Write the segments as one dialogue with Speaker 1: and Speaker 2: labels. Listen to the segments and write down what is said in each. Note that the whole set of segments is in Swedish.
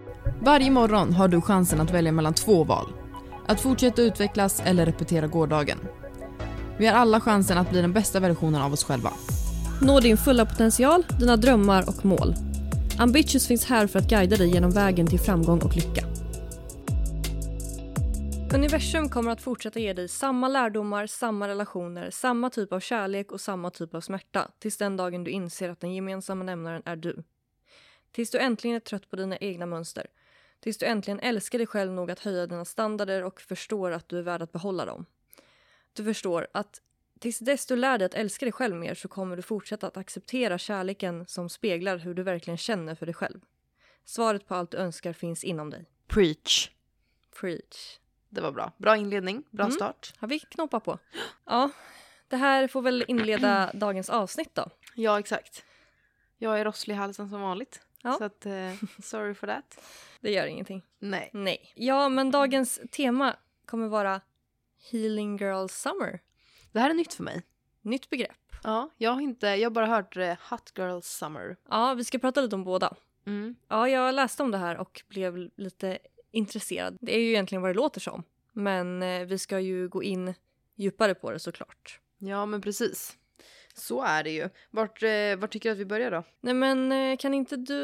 Speaker 1: Varje morgon har du chansen att välja mellan 2 val. Att fortsätta utvecklas eller repetera gårdagen. Vi har alla chansen att bli den bästa versionen av oss själva.
Speaker 2: Nå din fulla potential, dina drömmar och mål. Ambitious finns här för att guida dig genom vägen till framgång och lycka. Universum kommer att fortsätta ge dig samma lärdomar, samma relationer, samma typ av kärlek och samma typ av smärta tills den dagen du inser att den gemensamma nämnaren är du. Tills du äntligen är trött på dina egna mönster. Tills du äntligen älskar dig själv nog att höja dina standarder och förstår att du är värd att behålla dem. Du förstår att tills dess du lär dig att älska dig själv mer så kommer du fortsätta att acceptera kärleken som speglar hur du verkligen känner för dig själv. Svaret på allt du önskar finns inom dig.
Speaker 3: Preach.
Speaker 2: Preach.
Speaker 3: Det var bra. Bra inledning. Bra start.
Speaker 2: Har vi knoppat på? Ja, det här får väl inleda dagens avsnitt då.
Speaker 3: Ja, exakt. Jag är rosslig i halsen som vanligt.
Speaker 2: Ja.
Speaker 3: Så att, sorry for that.
Speaker 2: Det gör ingenting.
Speaker 3: Nej.
Speaker 2: Ja, men dagens tema kommer vara Healing Girl Summer.
Speaker 3: Det här är nytt för mig.
Speaker 2: Nytt begrepp.
Speaker 3: Ja, jag har bara hört Hot Girl Summer.
Speaker 2: Ja, vi ska prata lite om båda.
Speaker 3: Mm.
Speaker 2: Ja, jag läste om det här och blev lite intresserad. Det är ju egentligen vad det låter som. Men vi ska ju gå in djupare på det såklart.
Speaker 3: Ja, men precis. Så är det ju. Vart tycker du att vi börjar då?
Speaker 2: Nej, men kan inte du...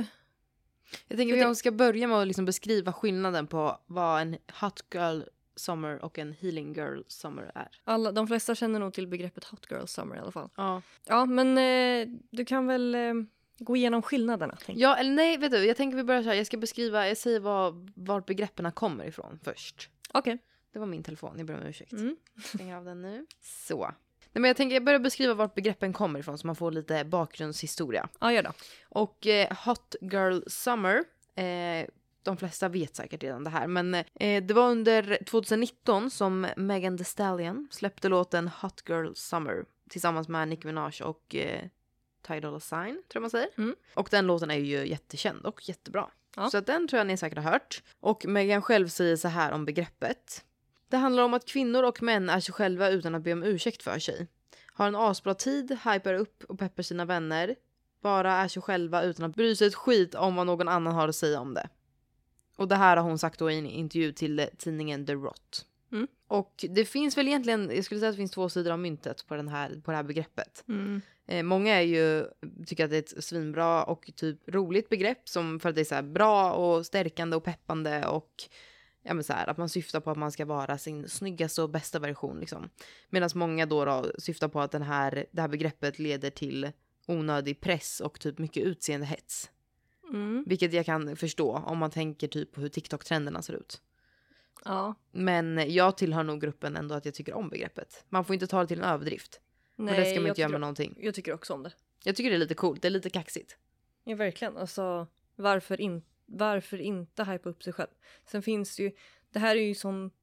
Speaker 3: Jag tänker vi ska börja med att liksom beskriva skillnaden på vad en Hot Girl Summer och en Healing Girl Summer är.
Speaker 2: De flesta känner nog till begreppet Hot Girl Summer i alla fall.
Speaker 3: Ja.
Speaker 2: Ja, men du kan väl gå igenom skillnaderna.
Speaker 3: Ja, eller nej, vet du. Jag tänker vi börjar så här. Jag säger var begreppen kommer ifrån först.
Speaker 2: Okej.
Speaker 3: Det var min telefon, jag ber om ursäkt. Stänger av den nu. Så. Nej, men jag tänker jag börjar beskriva vart begreppen kommer ifrån så man får lite bakgrundshistoria.
Speaker 2: Ja, gör det.
Speaker 3: Och Hot Girl Summer, de flesta vet säkert redan det här. Men det var under 2019 som Megan Thee Stallion släppte låten Hot Girl Summer tillsammans med Nicki Minaj och Ty Dolla $ign, tror man säger. Och den låten är ju jättekänd och jättebra. Ja. Så att den tror jag ni säkert har hört. Och Megan själv säger så här om begreppet. Det handlar om att kvinnor och män är sig själva utan att be om ursäkt för sig. Har en asbra tid, hypar upp och peppar sina vänner. Bara är sig själva utan att bry sig ett skit om vad någon annan har att säga om det. Och det här har hon sagt då i en intervju till tidningen The Rot. Och det finns väl egentligen, jag skulle säga att det finns 2 sidor av myntet på det här begreppet. Många tycker att det är ett svinbra och typ roligt begrepp som för att det är så här bra och stärkande och peppande och ja, men så här, att man syftar på att man ska vara sin snyggaste och bästa version liksom. Medan många då syftar på att det här begreppet leder till onödig press och typ mycket utseendehets. Vilket jag kan förstå om man tänker typ på hur TikTok-trenderna ser ut.
Speaker 2: Ja.
Speaker 3: Men jag tillhör nog gruppen ändå att jag tycker om begreppet. Man får inte ta det till en överdrift.
Speaker 2: Nej,
Speaker 3: men det ska man inte göra med någonting.
Speaker 2: Jag tycker också om det.
Speaker 3: Jag tycker det är lite coolt, det är lite kaxigt.
Speaker 2: Ja, verkligen. Alltså, varför inte hypa upp sig själv? Sen finns det ju, det här är ju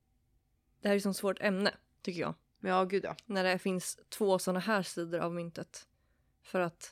Speaker 2: sån svårt ämne, tycker jag.
Speaker 3: Ja, gud ja.
Speaker 2: När det finns 2 såna här sidor av myntet. För att,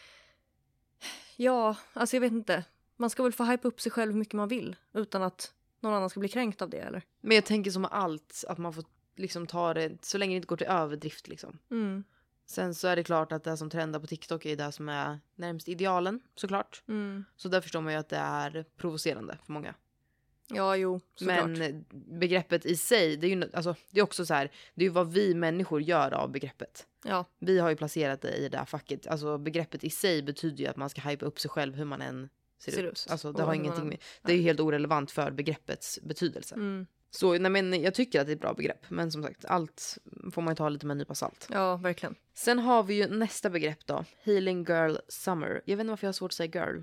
Speaker 2: ja, alltså jag vet inte. Man ska väl få hypa upp sig själv hur mycket man vill. Utan att någon annan ska bli kränkt av det, eller?
Speaker 3: Men jag tänker som med allt, att man får liksom ta det, så länge det inte går till överdrift liksom. Sen så är det klart att det som trendar på TikTok är det som är närmast idealen, såklart. Så där förstår man ju att det är provocerande för många.
Speaker 2: Ja, jo, såklart.
Speaker 3: Men begreppet i sig, det är ju alltså, det är också så här, det är ju vad vi människor gör av begreppet.
Speaker 2: Ja.
Speaker 3: Vi har ju placerat det i det här facket. Alltså begreppet i sig betyder ju att man ska hypa upp sig själv hur man än ser ut. Alltså det har ingenting med, det är ju helt orelevant för begreppets betydelse. Så nej, men jag tycker att det är ett bra begrepp. Men som sagt, allt får man ju ta lite med en nypa salt.
Speaker 2: Ja, verkligen.
Speaker 3: Sen har vi ju nästa begrepp då. Healing Girl Summer. Jag vet inte varför jag har svårt att säga girl.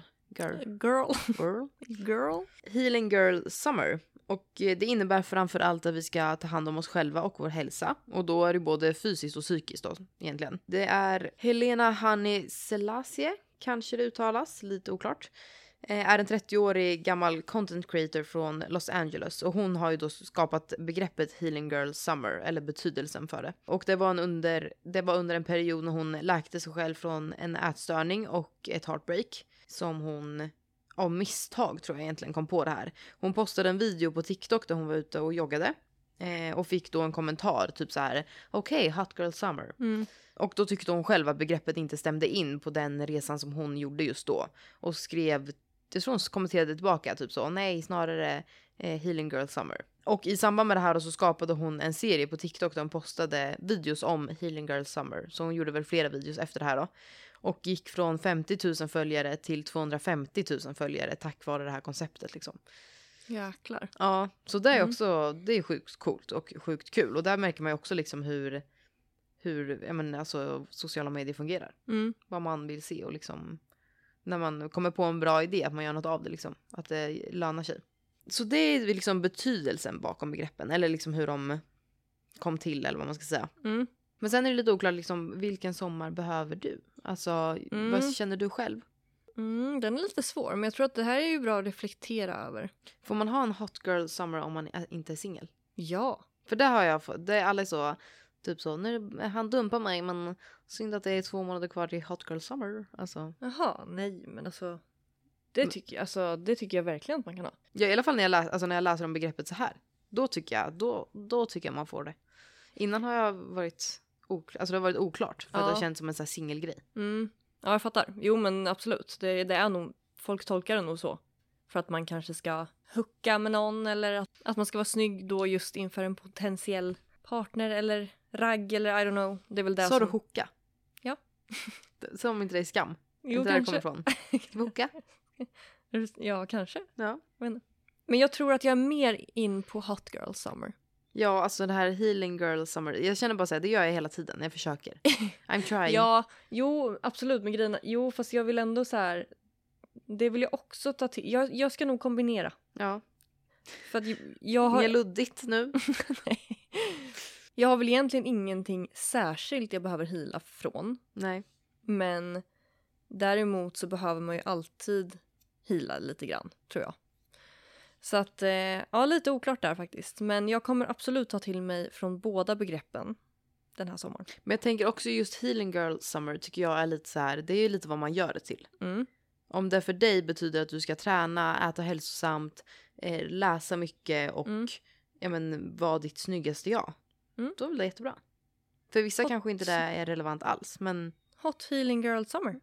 Speaker 3: Girl. Healing Girl Summer. Och det innebär framför allt att vi ska ta hand om oss själva och vår hälsa. Och då är det både fysiskt och psykiskt då, egentligen. Det är Helena Hani Selassie, kanske det uttalas, lite oklart. Är en 30-årig gammal content creator från Los Angeles. Och hon har ju då skapat begreppet Healing Girl Summer, eller betydelsen för det. Och det var under en period när hon läkte sig själv från en ätstörning och ett heartbreak. Som hon av misstag tror jag egentligen kom på det här. Hon postade en video på TikTok där hon var ute och joggade. Och fick då en kommentar typ så här: okej, Hot Girl Summer. Och då tyckte hon själv att begreppet inte stämde in på den resan som hon gjorde just då. Och skrev jag tror hon kommenterade tillbaka typ så, nej snarare Healing Girl Summer. Och i samband med det här så skapade hon en serie på TikTok där hon postade videos om Healing Girl Summer. Så hon gjorde väl flera videos efter det här då. Och gick från 50 000 följare till 250 000 följare tack vare det här konceptet liksom.
Speaker 2: Jäklar.
Speaker 3: Ja, så det är också, det är sjukt coolt och sjukt kul. Och där märker man ju också liksom hur jag menar, alltså, sociala medier fungerar. Vad man vill se och liksom när man kommer på en bra idé att man gör något av det liksom. Att det lönar sig. Så det är liksom betydelsen bakom begreppen. Eller liksom hur de kom till eller vad man ska säga. Men sen är det lite oklart liksom, vilken sommar behöver du? Alltså, vad känner du själv?
Speaker 2: Den är lite svår, men jag tror att det här är ju bra att reflektera över.
Speaker 3: Får man ha en hot girl summer om man inte är singel?
Speaker 2: Ja.
Speaker 3: För det har jag fått. Det är alla så, typ så, nu han dumpar mig men synd att det är 2 månader kvar till hot girl summer. Alltså.
Speaker 2: Jaha, nej men alltså det tycker jag verkligen att man kan ha.
Speaker 3: Ja, i alla fall när jag läser om begreppet så här. Då tycker jag man får det. Innan har jag varit det har varit oklart för att det har känts som en sån här singelgrej.
Speaker 2: Ja, jag fattar. Jo, men absolut. Det är nog, folk tolkar det nog så. För att man kanske ska hooka med någon eller att man ska vara snygg då just inför en potentiell partner eller ragg eller I don't know. Det är väl det
Speaker 3: så
Speaker 2: som...
Speaker 3: du hooka?
Speaker 2: Ja.
Speaker 3: Som inte det är skam.
Speaker 2: Jo,
Speaker 3: inte
Speaker 2: kanske.
Speaker 3: Där det kommer ifrån. Hooka?
Speaker 2: Ja, kanske.
Speaker 3: Ja.
Speaker 2: Men jag tror att jag är mer in på hot girl summer.
Speaker 3: Ja, alltså det här healing girl summer. Jag känner bara så här, det gör jag hela tiden. Jag försöker. I'm trying.
Speaker 2: Ja, jo, absolut med grejerna. Jo, fast jag vill ändå så här. Det vill jag också ta till. Jag ska nog kombinera.
Speaker 3: Ja.
Speaker 2: För att jag har...
Speaker 3: Mer luddigt nu.
Speaker 2: Nej. Jag har väl egentligen ingenting särskilt jag behöver heala från.
Speaker 3: Nej.
Speaker 2: Men däremot så behöver man ju alltid heala lite grann, tror jag. Så att, ja, lite oklart där faktiskt. Men jag kommer absolut ta till mig från båda begreppen den här sommaren.
Speaker 3: Men jag tänker också just healing girl summer tycker jag är lite så här, det är ju lite vad man gör det till. Om det för dig betyder att du ska träna, äta hälsosamt, läsa mycket och vara ditt snyggaste jag. Då är det jättebra. För vissa kanske inte det är relevant alls, men...
Speaker 2: Hot healing girl summer.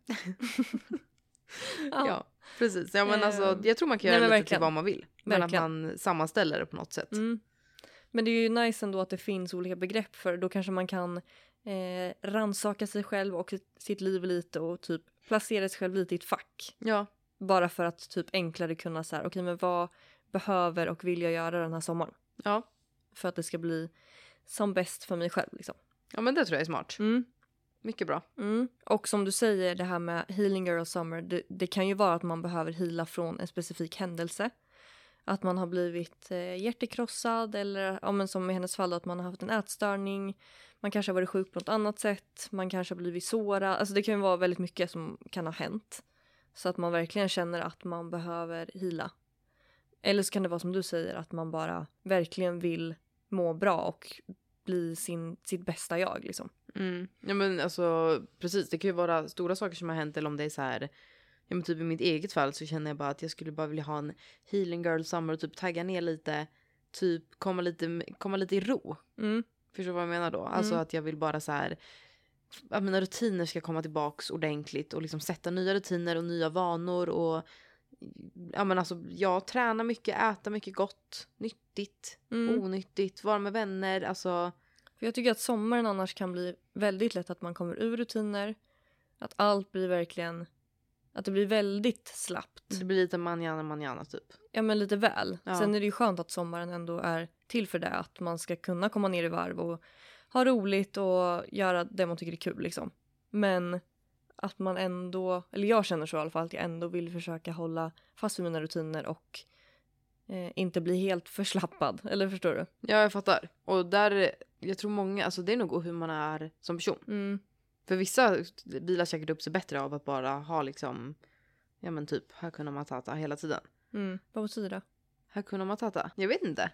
Speaker 3: Ja, precis. Ja, men alltså, jag tror man kan göra lite till vad man vill. Men att man sammanställer det på något sätt.
Speaker 2: Men det är ju nice ändå att det finns olika begrepp för då kanske man kan rannsaka sig själv och sitt liv lite och typ placera sig själv lite i ett fack.
Speaker 3: Ja.
Speaker 2: Bara för att typ enklare kunna så här, okej, men vad behöver och vill jag göra den här sommaren?
Speaker 3: Ja.
Speaker 2: För att det ska bli som bäst för mig själv liksom.
Speaker 3: Ja, men det tror jag är smart. Mycket bra.
Speaker 2: Och som du säger, det här med healing girl summer, det kan ju vara att man behöver heala från en specifik händelse. Att man har blivit hjärtekrossad eller ja, men som i hennes fall att man har haft en ätstörning. Man kanske har varit sjuk på något annat sätt. Man kanske har blivit sårad. Alltså det kan ju vara väldigt mycket som kan ha hänt. Så att man verkligen känner att man behöver heala. Eller så kan det vara som du säger att man bara verkligen vill må bra och bli sitt bästa jag liksom.
Speaker 3: Ja, men alltså precis, det kan ju vara stora saker som har hänt eller om det är så här, ja, men typ i mitt eget fall så känner jag bara att jag skulle bara vilja ha en healing girl summer och typ tagga ner lite, typ komma lite i ro. Förstår du vad jag menar då? Alltså att jag vill bara så här att mina rutiner ska komma tillbaks ordentligt och liksom sätta nya rutiner och nya vanor och ja, men alltså jag tränar mycket, äta mycket gott, nyttigt, onyttigt, vara med vänner, alltså.
Speaker 2: För jag tycker att sommaren annars kan bli väldigt lätt att man kommer ur rutiner. Att allt blir verkligen... Att det blir väldigt slappt.
Speaker 3: Det blir lite manjana typ.
Speaker 2: Ja, men lite väl.
Speaker 3: Ja.
Speaker 2: Sen är det ju skönt att sommaren ändå är till för det. Att man ska kunna komma ner i varv och ha roligt och göra det man tycker är kul liksom. Men att man ändå... Eller jag känner så i alla fall att jag ändå vill försöka hålla fast vid mina rutiner och inte bli helt förslappad. Eller förstår du?
Speaker 3: Ja, jag fattar. Och där, jag tror många, alltså det är nog hur man är som person. För vissa vilar säkert upp sig bättre av att bara ha liksom, ja men typ Hakuna Matata hela tiden.
Speaker 2: Vad betyder det?
Speaker 3: Hakuna Matata? Jag vet inte.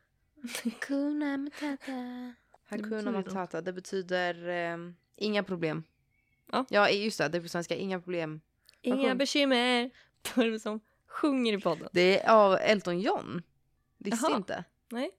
Speaker 3: Hakuna Matata. Hakuna Matata, det betyder inga problem. Ja, just det är på svenska, inga problem.
Speaker 2: Inga bekymmer. Det är det som sjunger i podden.
Speaker 3: Det är av Elton John. Visste inte.
Speaker 2: Nej.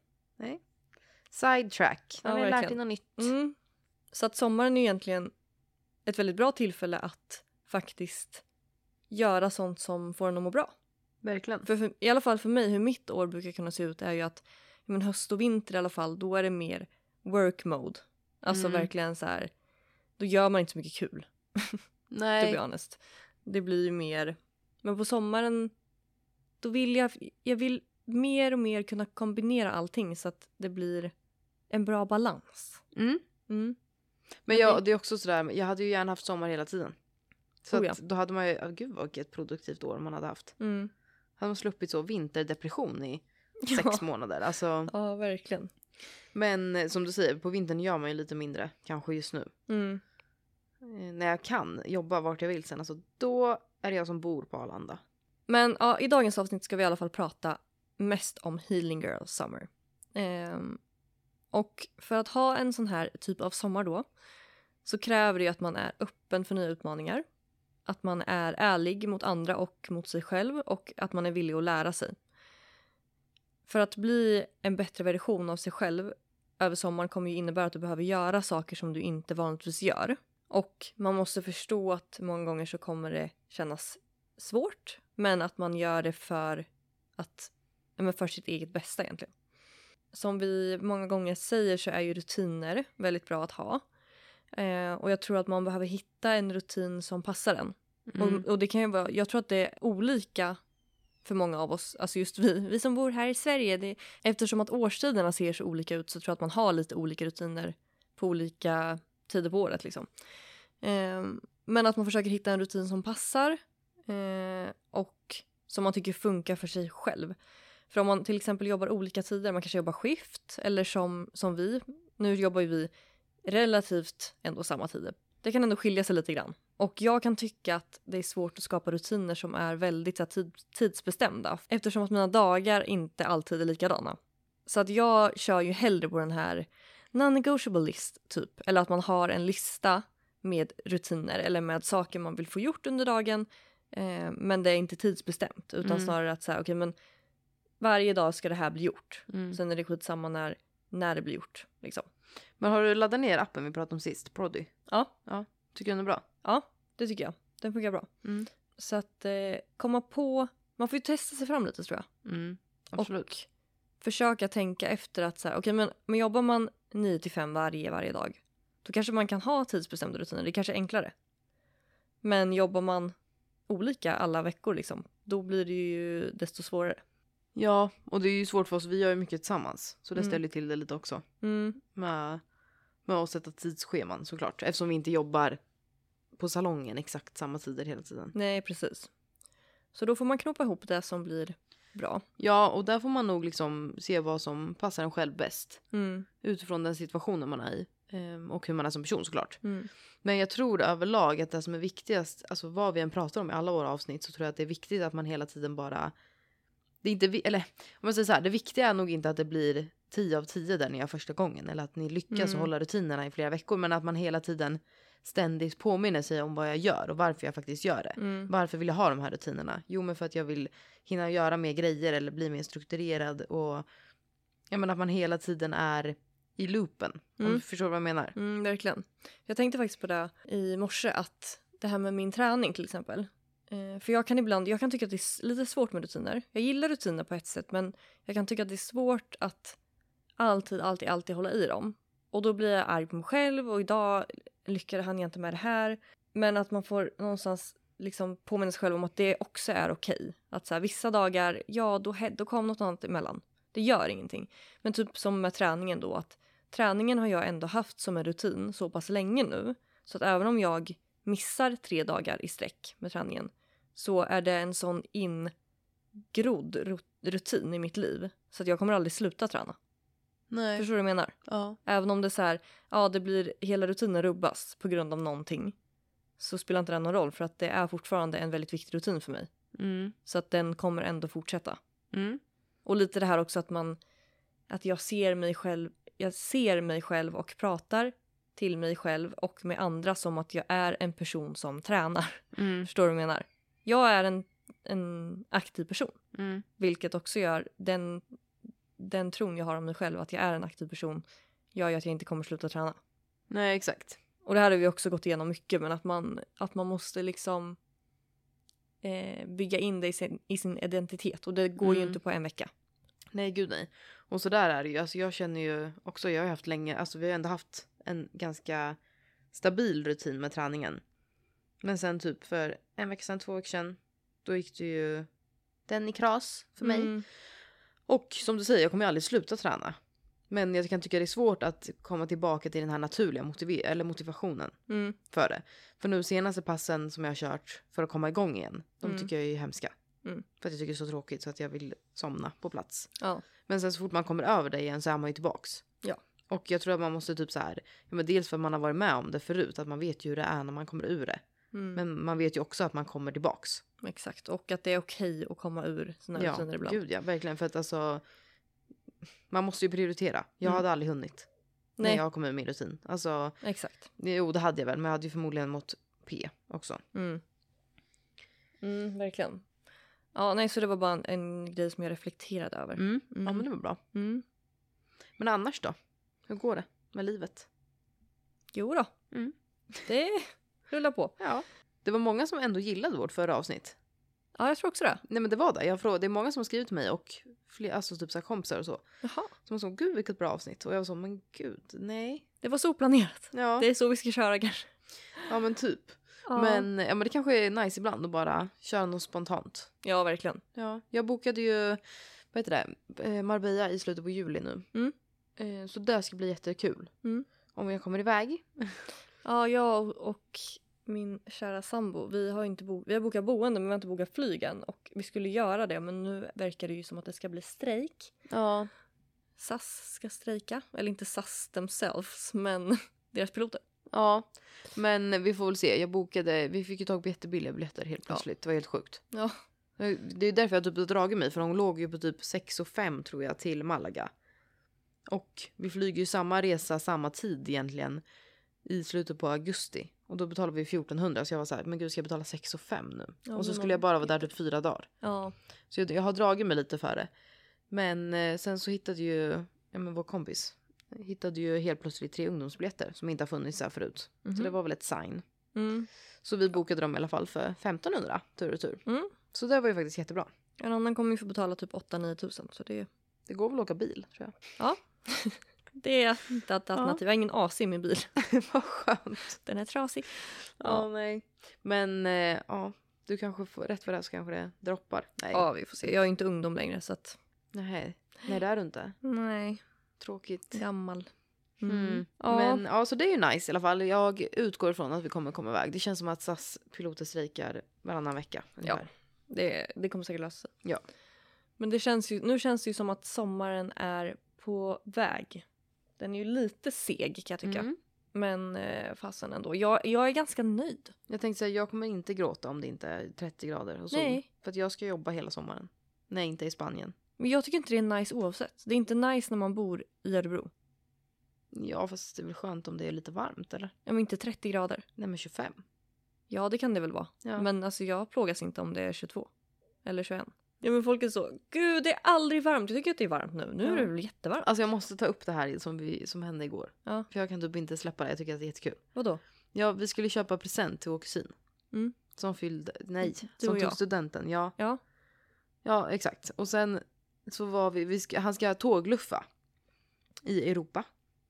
Speaker 3: Sidetrack. Man har lärt dig något nytt.
Speaker 2: Så att sommaren är egentligen ett väldigt bra tillfälle att faktiskt göra sånt som får en att må bra.
Speaker 3: Verkligen.
Speaker 2: För i alla fall för mig, hur mitt år brukar kunna se ut är ju att men höst och vinter i alla fall, då är det mer work mode. Alltså verkligen så här, då gör man inte så mycket kul.
Speaker 3: Nej.
Speaker 2: To be honest. Det blir ju mer, men på sommaren då vill jag vill mer och mer kunna kombinera allting så att det blir en bra balans.
Speaker 3: Men det är också sådär, jag hade ju gärna haft sommar hela tiden. Så att då hade man ju, gud vad ett produktivt år man hade haft. Hade man sluppit så vinterdepression i 6 månader. Alltså,
Speaker 2: ja, verkligen.
Speaker 3: Men som du säger, på vintern gör man ju lite mindre, kanske just nu. När jag kan jobba vart jag vill sen, alltså, då är det jag som bor på Arlanda.
Speaker 2: Men ja, i dagens avsnitt ska vi i alla fall prata mest om Healing Girl Summer. Och för att ha en sån här typ av sommar då så kräver det ju att man är öppen för nya utmaningar. Att man är ärlig mot andra och mot sig själv och att man är villig att lära sig. För att bli en bättre version av sig själv över sommaren kommer ju innebära att du behöver göra saker som du inte vanligtvis gör. Och man måste förstå att många gånger så kommer det kännas svårt, men att man gör det för sitt eget bästa egentligen. Som vi många gånger säger så är ju rutiner väldigt bra att ha. Och jag tror att man behöver hitta en rutin som passar en. Och det kan ju vara, jag tror att det är olika för många av oss, alltså just vi som bor här i Sverige. Eftersom att årstiderna ser så olika ut så tror jag att man har lite olika rutiner på olika tider på året liksom. Men att man försöker hitta en rutin som passar och som man tycker funkar för sig själv. För om man till exempel jobbar olika tider, man kanske jobbar skift eller som vi, nu jobbar ju vi relativt ändå samma tider. Det kan ändå skilja sig lite grann. Och jag kan tycka att det är svårt att skapa rutiner som är väldigt tidsbestämda. Eftersom att mina dagar inte alltid är likadana. Så att jag kör ju hellre på den här non-negotiable list typ. Eller att man har en lista med rutiner eller med saker man vill få gjort under dagen. Men det är inte tidsbestämt. Utan snarare att säga, okej, men varje dag ska det här bli gjort. Sen är det skitsamma när det blir gjort. Liksom.
Speaker 3: Men har du laddat ner appen vi pratade om sist, Prody?
Speaker 2: Ja.
Speaker 3: Tycker du den är bra?
Speaker 2: Ja, det tycker jag. Den funkar bra. Så att komma på, man får ju testa sig fram lite tror jag.
Speaker 3: Absolut.
Speaker 2: Och försöka tänka efter att så här, okej, men jobbar man 9-5 varje dag, då kanske man kan ha tidsbestämda rutiner. Det är kanske är enklare. Men jobbar man olika alla veckor liksom, då blir det ju desto svårare.
Speaker 3: Ja, och det är ju svårt för oss. Vi gör ju mycket tillsammans. Så det ställer till det lite också. Med att sätta tidsscheman såklart. Eftersom vi inte jobbar på salongen exakt samma tider hela tiden.
Speaker 2: Nej, precis. Så då får man knoppa ihop det som blir bra.
Speaker 3: Ja, och där får man nog liksom se vad som passar en själv bäst. Utifrån den situationen man är i. Och hur man är som person såklart. Men jag tror överlag att det som är viktigast, alltså vad vi än pratar om i alla våra avsnitt, så tror jag att det är viktigt att man hela tiden bara... Det är inte, eller om man säger så här, det viktiga är nog inte att det blir 10 av 10 där ni gör första gången. Eller att ni lyckas hålla rutinerna i flera veckor. Men att man hela tiden ständigt påminner sig om vad jag gör och varför jag faktiskt gör det. Varför vill jag ha de här rutinerna? Jo, men för att jag vill hinna göra mer grejer eller bli mer strukturerad. Och jag menar att man hela tiden är i loopen. Om du förstår vad jag menar.
Speaker 2: Verkligen. Jag tänkte faktiskt på det i morse, att det här med min träning till exempel. För jag kan tycka att det är lite svårt med rutiner. Jag gillar rutiner på ett sätt, men jag kan tycka att det är svårt att alltid hålla i dem. Och då blir jag arg på mig själv, och idag lyckades han inte med det här. Men att man får någonstans liksom påminna sig själv om att det också är okej. Att så här, vissa dagar, ja då kom något annat emellan. Det gör ingenting. Men typ som med träningen då, att träningen har jag ändå haft som en rutin så pass länge nu. Så att även om jag missar 3 dagar i sträck med träningen, så är det en sån ingrodd rutin i mitt liv. Så att jag kommer aldrig sluta träna.
Speaker 3: Nej.
Speaker 2: Förstår du vad jag menar?
Speaker 3: Ja.
Speaker 2: Även om det är så här, ja det blir, hela rutinen rubbas på grund av någonting, så spelar inte det någon roll, för att det är fortfarande en väldigt viktig rutin för mig. Så att den kommer ändå fortsätta. Och lite det här också att jag ser mig själv och pratar till mig själv och med andra som att jag är en person som tränar. Förstår du vad jag menar? Jag är en aktiv person. Vilket också gör den tron jag har om mig själv, att jag är en aktiv person, gör ju att jag inte kommer sluta träna.
Speaker 3: Nej, exakt.
Speaker 2: Och det här har vi också gått igenom mycket, men att man måste liksom bygga in det i sin identitet. Och det går ju inte på en vecka.
Speaker 3: Nej, gud nej. Och så där är det ju. Alltså jag känner ju också, jag har haft länge, alltså vi har ändå haft en ganska stabil rutin med träningen. Men sen typ för en vecka sedan, 2 veckor sedan, då gick det ju den i kras för mig. Och som du säger, jag kommer ju aldrig sluta träna. Men jag kan tycka det är svårt att komma tillbaka till den här naturliga motivationen för det. För nu senaste passen som jag har kört för att komma igång igen, de tycker jag är hemska. För att jag tycker det är så tråkigt så att jag vill somna på plats.
Speaker 2: Ja.
Speaker 3: Men sen så fort man kommer över det igen så är man ju tillbaks.
Speaker 2: Ja.
Speaker 3: Och jag tror att man måste typ så här, ja, men dels för att man har varit med om det förut, att man vet ju hur det är när man kommer ur det. Men man vet ju också att man kommer tillbaks.
Speaker 2: Exakt, och att det är okej att komma ur sina rutiner ibland.
Speaker 3: Gud ja, verkligen. För att alltså, man måste ju prioritera. Jag hade aldrig hunnit när jag kom ur min rutin. Alltså,
Speaker 2: exakt.
Speaker 3: Jo, det hade jag väl, men jag hade ju förmodligen mått P också.
Speaker 2: Verkligen. Ja, nej, så det var bara en grej som jag reflekterade över.
Speaker 3: Ja, men det var bra. Men annars då? Hur går det med livet?
Speaker 2: Jo då. Det rullar på.
Speaker 3: Ja. Det var många som ändå gillade vårt förra avsnitt.
Speaker 2: Ja, jag tror också det.
Speaker 3: Nej, men det var det. Jag frågade, det är många som har skrivit till mig och fler, alltså typ så här kompisar och så.
Speaker 2: Jaha.
Speaker 3: Som sa, gud vilket bra avsnitt. Och jag var så, men gud, nej.
Speaker 2: Det var så planerat.
Speaker 3: Ja.
Speaker 2: Det är så vi ska köra kanske.
Speaker 3: Ja, men typ.
Speaker 2: Ja.
Speaker 3: Men det kanske är nice ibland att bara köra något spontant.
Speaker 2: Ja, verkligen.
Speaker 3: Ja, jag bokade ju, vad heter det, Marbella i slutet på juli nu. Så det ska bli jättekul. Om jag kommer iväg.
Speaker 2: Ja, jag och min kära sambo, vi har bokat boende men vi har inte bokat flygen. Och vi skulle göra det, men nu verkar det ju som att det ska bli strejk.
Speaker 3: Ja.
Speaker 2: SAS ska strejka. Eller inte SAS themselves, men deras piloter.
Speaker 3: Ja, men vi får väl se. Vi fick ju tag på jättebilliga biljetter helt plötsligt. Det var helt sjukt.
Speaker 2: Ja.
Speaker 3: Det är därför jag typ har dragit mig, för de låg ju på typ 6:05 tror jag till Malaga. Och vi flyger ju samma resa, samma tid egentligen i slutet på augusti. Och då betalar vi 1400, så jag var så här, men gud, ska jag betala 6:05 nu?
Speaker 2: Ja,
Speaker 3: och så skulle jag bara vara där typ 4 dagar.
Speaker 2: Ja.
Speaker 3: Så jag har dragit mig lite för det. Men sen så hittade ju vår kompis hittade ju helt plötsligt 3 ungdomsbiljetter som inte har funnits här förut. Så det var väl ett sign. Så vi bokade dem i alla fall för 1500 tur och tur. Så det var ju faktiskt jättebra.
Speaker 2: En annan kommer ju få betala typ 8-9 tusen, så det
Speaker 3: går väl att åka bil, tror jag.
Speaker 2: Ja. Det är inte ett alternativ. Jag har ingen AC i min bil.
Speaker 3: Vad skönt.
Speaker 2: Den är trasig.
Speaker 3: Ja, nej. Men du kanske får rätt för det, så kanske det droppar. Nej.
Speaker 2: Ja, vi får se. Jag är inte ungdom längre, så att...
Speaker 3: Nej, det är du inte.
Speaker 2: Nej.
Speaker 3: Tråkigt.
Speaker 2: Gammal.
Speaker 3: Ja. Men så det är ju nice i alla fall. Jag utgår ifrån att vi kommer komma iväg. Det känns som att SAS-piloter strejkar varannan vecka. Ungefär.
Speaker 2: Ja, det kommer säkert lösa sig.
Speaker 3: Ja. Men
Speaker 2: nu känns det ju som att sommaren är på väg. Den är ju lite seg, kan jag tycka. Men fasen ändå. Jag är ganska nöjd.
Speaker 3: Jag tänkte säga, jag kommer inte gråta om det inte är 30 grader och sol.
Speaker 2: Nej.
Speaker 3: För att jag ska jobba hela sommaren. Nej, inte i Spanien.
Speaker 2: Men jag tycker inte det är nice oavsett. Det är inte nice när man bor i Örebro.
Speaker 3: Ja, fast det är väl skönt om det är lite varmt, eller?
Speaker 2: Ja, men inte 30 grader.
Speaker 3: Nej, men 25.
Speaker 2: Ja, det kan det väl vara.
Speaker 3: Ja.
Speaker 2: Men alltså jag plågas inte om det är 22. Eller 21. Ja, men folk är så, gud, det är aldrig varmt. Jag tycker att det är varmt nu. Nu är det väl jättevarmt.
Speaker 3: Alltså jag måste ta upp det här som hände igår.
Speaker 2: Ja.
Speaker 3: För jag kan typ inte släppa det. Jag tycker att det är jättekul.
Speaker 2: Vadå?
Speaker 3: Ja, vi skulle köpa present till vår kusin. Som fyllde, som tog studenten. Ja. Ja, exakt. Och sen så var han ska tågluffa i Europa.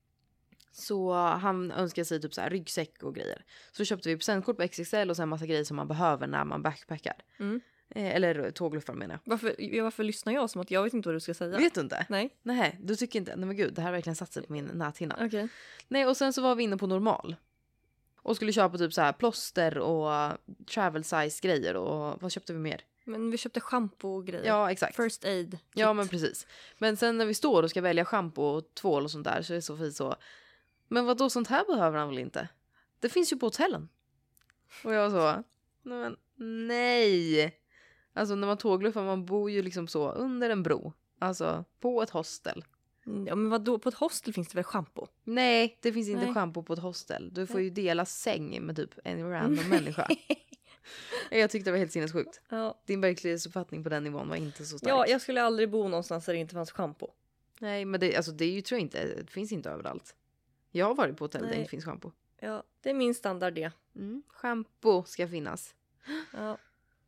Speaker 3: Så han önskar sig typ så här ryggsäck och grejer. Så köpte vi presentkort på XXL och sen massa grejer som man behöver när man backpackar. Eller tågluffar, menar jag.
Speaker 2: Varför lyssnar jag som att jag vet inte vad du ska säga?
Speaker 3: Vet du inte?
Speaker 2: Nej,
Speaker 3: du tycker inte. Nej men gud, det här verkligen satt sig på min näthinna.
Speaker 2: Okej.
Speaker 3: Nej, och sen så var vi inne på Normal. Och skulle köpa typ så här plåster och travel size grejer. Och vad köpte vi mer?
Speaker 2: Men vi köpte shampoo och grejer.
Speaker 3: Ja, exakt.
Speaker 2: First aid kit.
Speaker 3: Ja, men precis. Men sen när vi står och ska välja shampoo och tvål och sånt där, så är det så fint så. Men vad då, sånt här behöver han väl inte? Det finns ju på hotellen. Och jag var så, men nej. Alltså när man tågluffar, man bor ju liksom så under en bro. Alltså på ett hostel.
Speaker 2: Ja, men vadå, på ett hostel finns det väl shampoo?
Speaker 3: Nej, det finns inte shampoo på ett hostel. Du får ju dela säng med typ en random människa. Jag tyckte det var helt sinnessjukt.
Speaker 2: Ja.
Speaker 3: Din verklighetsuppfattning på den nivån var inte så stark.
Speaker 2: Ja, jag skulle aldrig bo någonstans där det inte fanns shampoo.
Speaker 3: Nej, men det är ju, tror jag inte, det finns inte överallt. Jag har varit på hotell där det inte finns shampoo.
Speaker 2: Ja, det är min standard det.
Speaker 3: Shampoo ska finnas.
Speaker 2: Ja.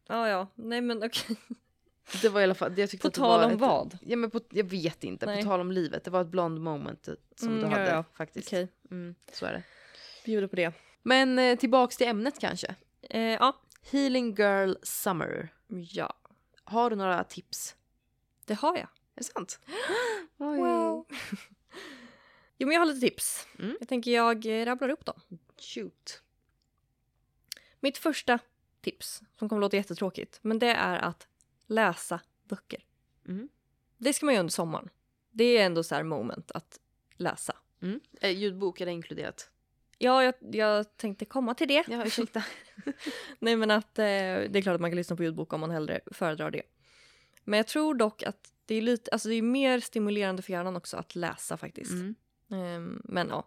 Speaker 2: Ja. Nej men okej.
Speaker 3: Det var i alla fall, jag tyckte
Speaker 2: På
Speaker 3: att det
Speaker 2: tal
Speaker 3: var
Speaker 2: om vad?
Speaker 3: Ja, men jag vet inte.
Speaker 2: Nej.
Speaker 3: På tal om livet. Det var ett blond moment som du hade
Speaker 2: Ja.
Speaker 3: faktiskt.
Speaker 2: Okej.
Speaker 3: Så är det.
Speaker 2: Bjuder på det.
Speaker 3: Men tillbaks till ämnet kanske.
Speaker 2: Ja.
Speaker 3: Healing Girl Summer.
Speaker 2: Ja.
Speaker 3: Har du några tips?
Speaker 2: Det har jag.
Speaker 3: Är det sant? Oj.
Speaker 2: Wow. Jo men jag har lite tips. Jag tänker jag rabblar upp dem.
Speaker 3: Shoot.
Speaker 2: Mitt första tips, som kommer låta jättetråkigt, men det är att läsa böcker. Det ska man göra under sommaren. Det är ändå så här moment att läsa.
Speaker 3: Ljudbok är det inkluderat?
Speaker 2: Ja, jag tänkte komma till det.
Speaker 3: Ja, ursäkta.
Speaker 2: Nej men att det är klart att man kan lyssna på ljudbok om man hellre föredrar det. Men jag tror dock att det är lite, alltså det är mer stimulerande för hjärnan också att läsa faktiskt. Men ja.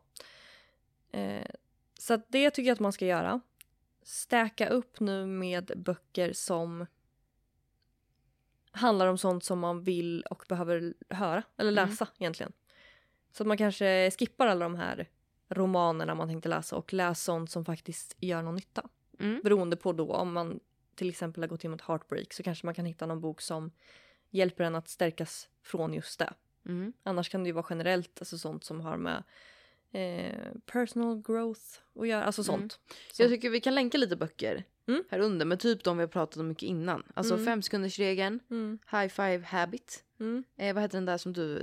Speaker 2: Så att det tycker jag att man ska göra. Stäcka upp nu med böcker som handlar om sånt som man vill och behöver höra eller läsa egentligen. Så att man kanske skippar alla de här romanerna man tänkte läsa och läsa sånt som faktiskt gör någon nytta. Beroende på då, om man till exempel har gått igenom ett heartbreak så kanske man kan hitta någon bok som hjälper en att stärkas från just det. Annars kan det ju vara generellt, alltså sånt som har med personal growth och göra, alltså sånt.
Speaker 3: Jag tycker vi kan länka lite böcker här under, med typ de vi har pratat om mycket innan. Alltså 5-sekundersregeln, High Five Habit. Vad heter den där som du,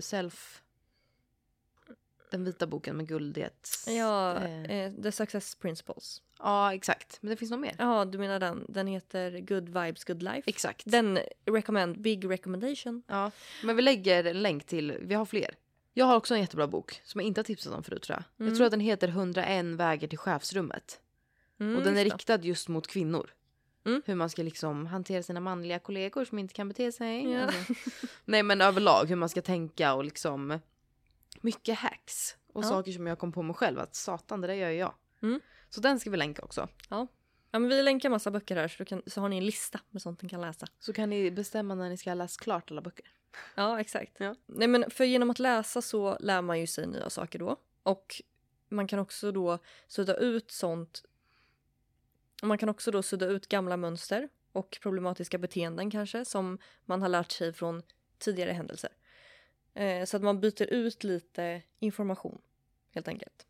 Speaker 3: den vita boken med guldet.
Speaker 2: Ja, The Success Principles.
Speaker 3: Ja, exakt. Men det finns något mer.
Speaker 2: Ja, du menar den. Den heter Good Vibes, Good Life.
Speaker 3: Exakt.
Speaker 2: Den big recommendation.
Speaker 3: Ja, men vi lägger en länk till, vi har fler. Jag har också en jättebra bok som jag inte har tipsat om förut tror jag. Jag tror att den heter 101 vägar till chefsrummet. Och den är riktad just mot kvinnor. Hur man ska liksom hantera sina manliga kollegor som inte kan bete sig.
Speaker 2: Ja.
Speaker 3: Alltså. Nej men överlag hur man ska tänka och liksom mycket hacks. Och saker som jag kom på mig själv att satan det där gör jag. Så den ska vi länka också.
Speaker 2: Ja, men vi länkar massa böcker här så har ni en lista med sånt ni kan läsa.
Speaker 3: Så kan ni bestämma när ni ska läsa klart alla böcker.
Speaker 2: Ja, exakt.
Speaker 3: Ja.
Speaker 2: Nej, men för genom att läsa så lär man ju sig nya saker då. Och man kan också då sudda ut sånt. Man kan också då sudda ut gamla mönster och problematiska beteenden kanske som man har lärt sig från tidigare händelser. Så att man byter ut lite information helt enkelt.